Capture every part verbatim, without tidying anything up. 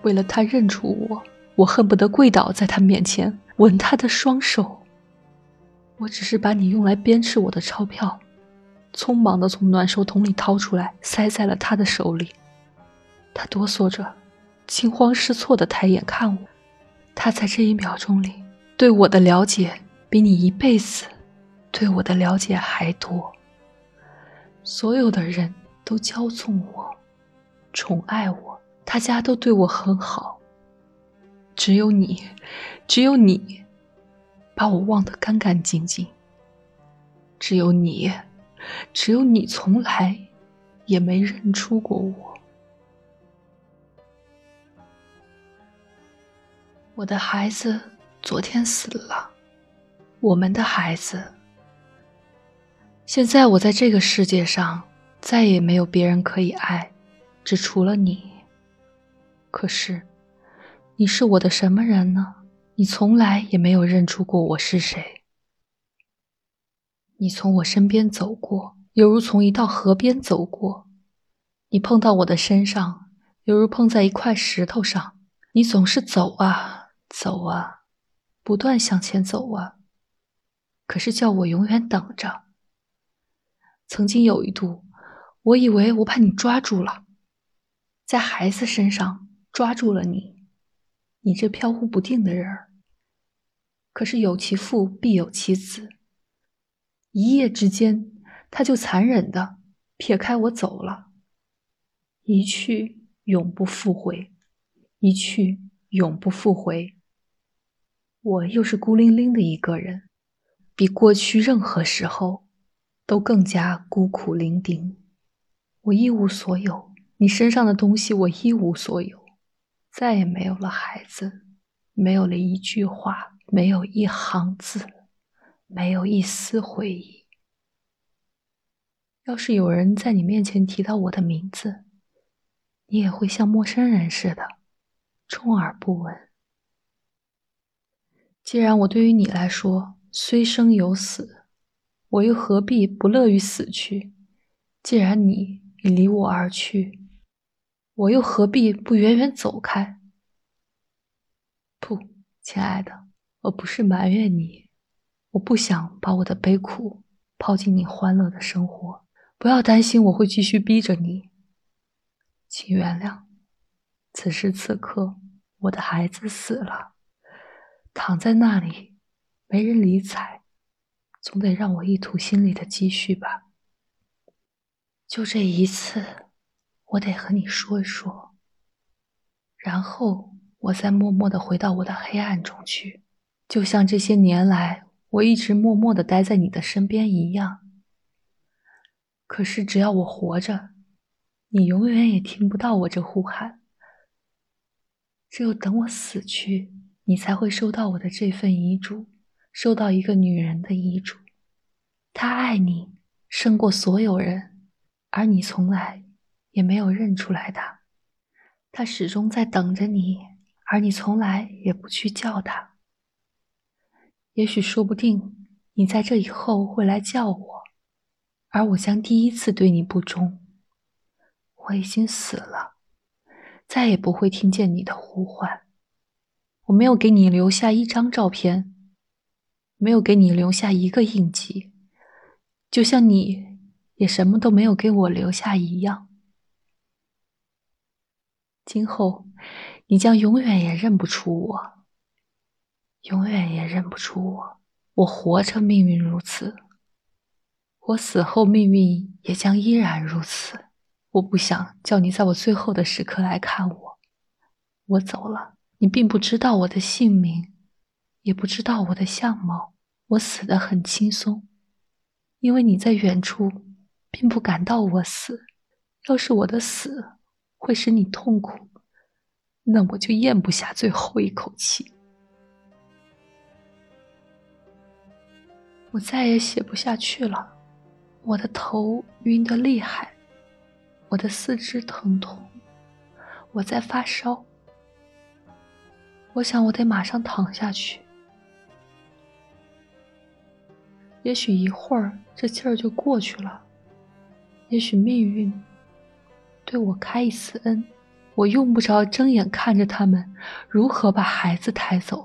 为了他认出我，我恨不得跪倒在他面前，吻他的双手。我只是把你用来鞭笞我的钞票，匆忙地从暖手桶里掏出来，塞在了他的手里。他哆嗦着，惊慌失措地抬眼看我。他在这一秒钟里对我的了解比你一辈子对我的了解还多。所有的人都骄纵我，宠爱我，他家都对我很好，只有你，只有你把我忘得干干净净。只有你，只有你从来也没认出过我。我的孩子昨天死了，我们的孩子。现在我在这个世界上再也没有别人可以爱，只除了你。可是你是我的什么人呢？你从来也没有认出过我是谁。你从我身边走过，犹如从一道河边走过。你碰到我的身上，犹如碰在一块石头上。你总是走啊走啊，不断向前走啊，可是叫我永远等着。曾经有一度，我以为我把你抓住了，在孩子身上抓住了你，你这飘忽不定的人儿。可是有其父必有其子，一夜之间他就残忍地撇开我走了，一去永不复回，一去永不复回。我又是孤零零的一个人，比过去任何时候都更加孤苦伶仃。我一无所有，你身上的东西我一无所有，再也没有了孩子，没有了一句话，没有一行字，没有一丝回忆。要是有人在你面前提到我的名字，你也会像陌生人似的，充耳不闻。既然我对于你来说虽生有死，我又何必不乐于死去？既然你已离我而去，我又何必不远远走开？不，亲爱的，我不是埋怨你，我不想把我的悲苦抛进你欢乐的生活，不要担心我会继续逼着你。请原谅，此时此刻我的孩子死了，躺在那里没人理睬，总得让我一吐心里的积蓄吧。就这一次，我得和你说一说，然后我再默默地回到我的黑暗中去，就像这些年来我一直默默地待在你的身边一样。可是只要我活着，你永远也听不到我这呼喊。只有等我死去，你才会收到我的这份遗嘱，收到一个女人的遗嘱。她爱你胜过所有人，而你从来也没有认出来她。她始终在等着你，而你从来也不去叫她。也许说不定你在这以后会来叫我，而我将第一次对你不忠。我已经死了，再也不会听见你的呼唤。我没有给你留下一张照片，没有给你留下一个印记，就像你也什么都没有给我留下一样。今后你将永远也认不出我，永远也认不出我。我活着命运如此，我死后命运也将依然如此。我不想叫你在我最后的时刻来看我。我走了，你并不知道我的姓名，也不知道我的相貌。我死得很轻松，因为你在远处并不感到我死。要是我的死会使你痛苦，那我就咽不下最后一口气。我再也写不下去了，我的头晕得厉害，我的四肢疼痛，我在发烧。我想我得马上躺下去，也许一会儿这劲儿就过去了，也许命运对我开一次恩， 我用不着睁眼看着他们如何把孩子抬走。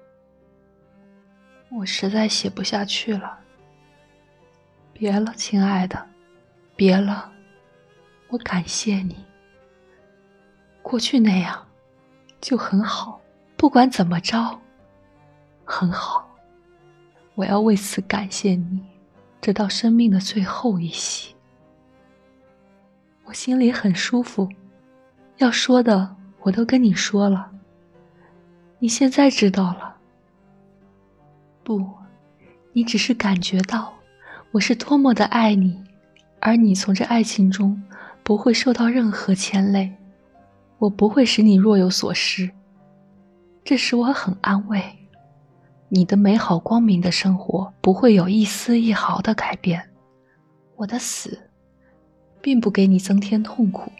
我实在写不下去了。别了，亲爱的，别了，我感谢你。过去那样就很好，不管怎么着，很好。我要为此感谢你，直到生命的最后一息。我心里很舒服，要说的我都跟你说了，你现在知道了。不，你只是感觉到我是多么的爱你，而你从这爱情中不会受到任何牵累，我不会使你若有所失，这使我很安慰。你的美好光明的生活不会有一丝一毫的改变，我的死并不给你增添痛苦，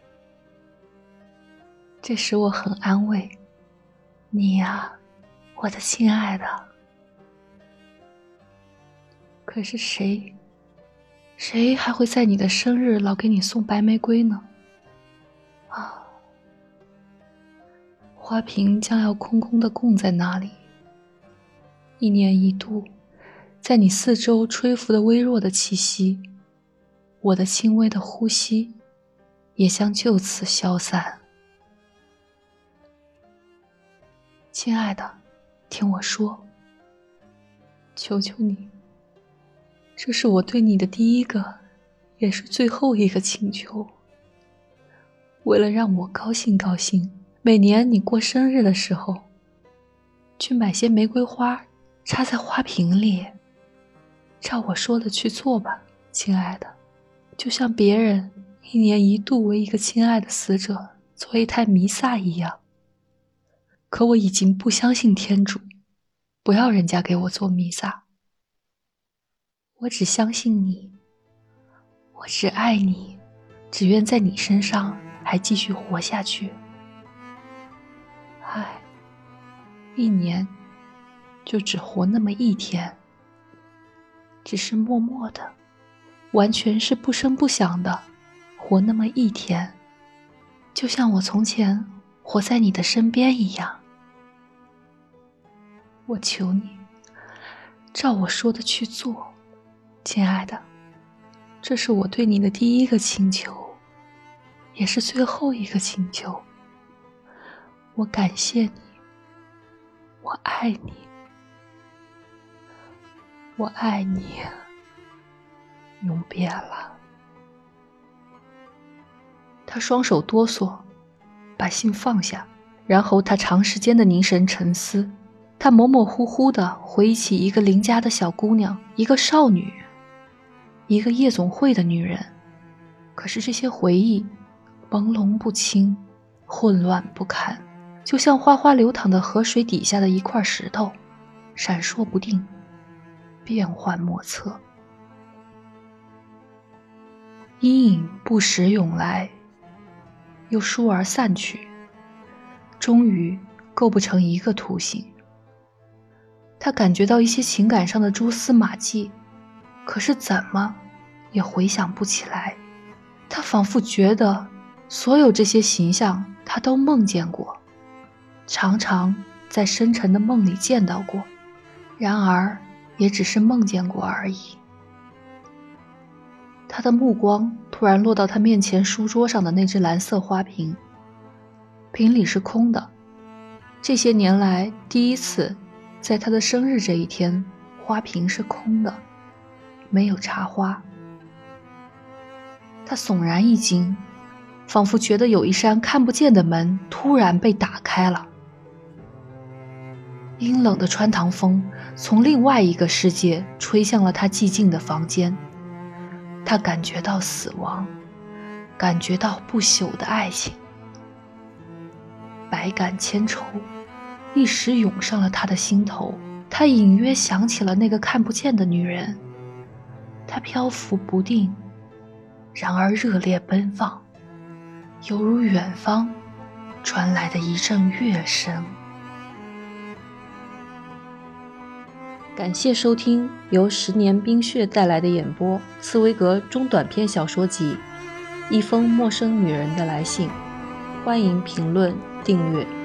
这使我很安慰。你呀，我的亲爱的。可是谁谁还会在你的生日老给你送白玫瑰呢？啊，花瓶将要空空地供在那里，一年一度，在你四周吹拂的微弱的气息，我的轻微的呼吸也将就此消散。亲爱的，听我说，求求你，这是我对你的第一个，也是最后一个请求。为了让我高兴高兴，每年你过生日的时候，去买些玫瑰花插在花瓶里。照我说的去做吧，亲爱的，就像别人一年一度为一个亲爱的死者做一台弥撒一样。可我已经不相信天主，不要人家给我做弥撒。我只相信你，我只爱你，只愿在你身上还继续活下去。唉，一年就只活那么一天，只是默默的，完全是不声不响的活那么一天，就像我从前活在你的身边一样。我求你，照我说的去做，亲爱的，这是我对你的第一个请求，也是最后一个请求。我感谢你，我爱你，我爱你，永别了。他双手哆嗦，把信放下，然后他长时间的凝神沉思。他模模糊糊地回忆起一个邻家的小姑娘，一个少女，一个夜总会的女人。可是这些回忆朦胧不清，混乱不堪，就像哗哗流淌的河水底下的一块石头，闪烁不定，变幻莫测。阴影不时涌来，又倏而散去，终于构不成一个图形。他感觉到一些情感上的蛛丝马迹，可是怎么也回想不起来。他仿佛觉得所有这些形象他都梦见过，常常在深沉的梦里见到过，然而也只是梦见过而已。他的目光突然落到他面前书桌上的那只蓝色花瓶，瓶里是空的，这些年来第一次在他的生日这一天，花瓶是空的，没有插花。他悚然一惊，仿佛觉得有一扇看不见的门突然被打开了。阴冷的穿堂风从另外一个世界吹向了他寂静的房间。他感觉到死亡，感觉到不朽的爱情。百感千愁一时涌上了他的心头，他隐约想起了那个看不见的女人，她漂浮不定，然而热烈奔放，犹如远方传来的一阵乐声。感谢收听由十年冰雪带来的演播茨威格中短篇小说集《一封陌生女人的来信》。 欢迎评论、订阅。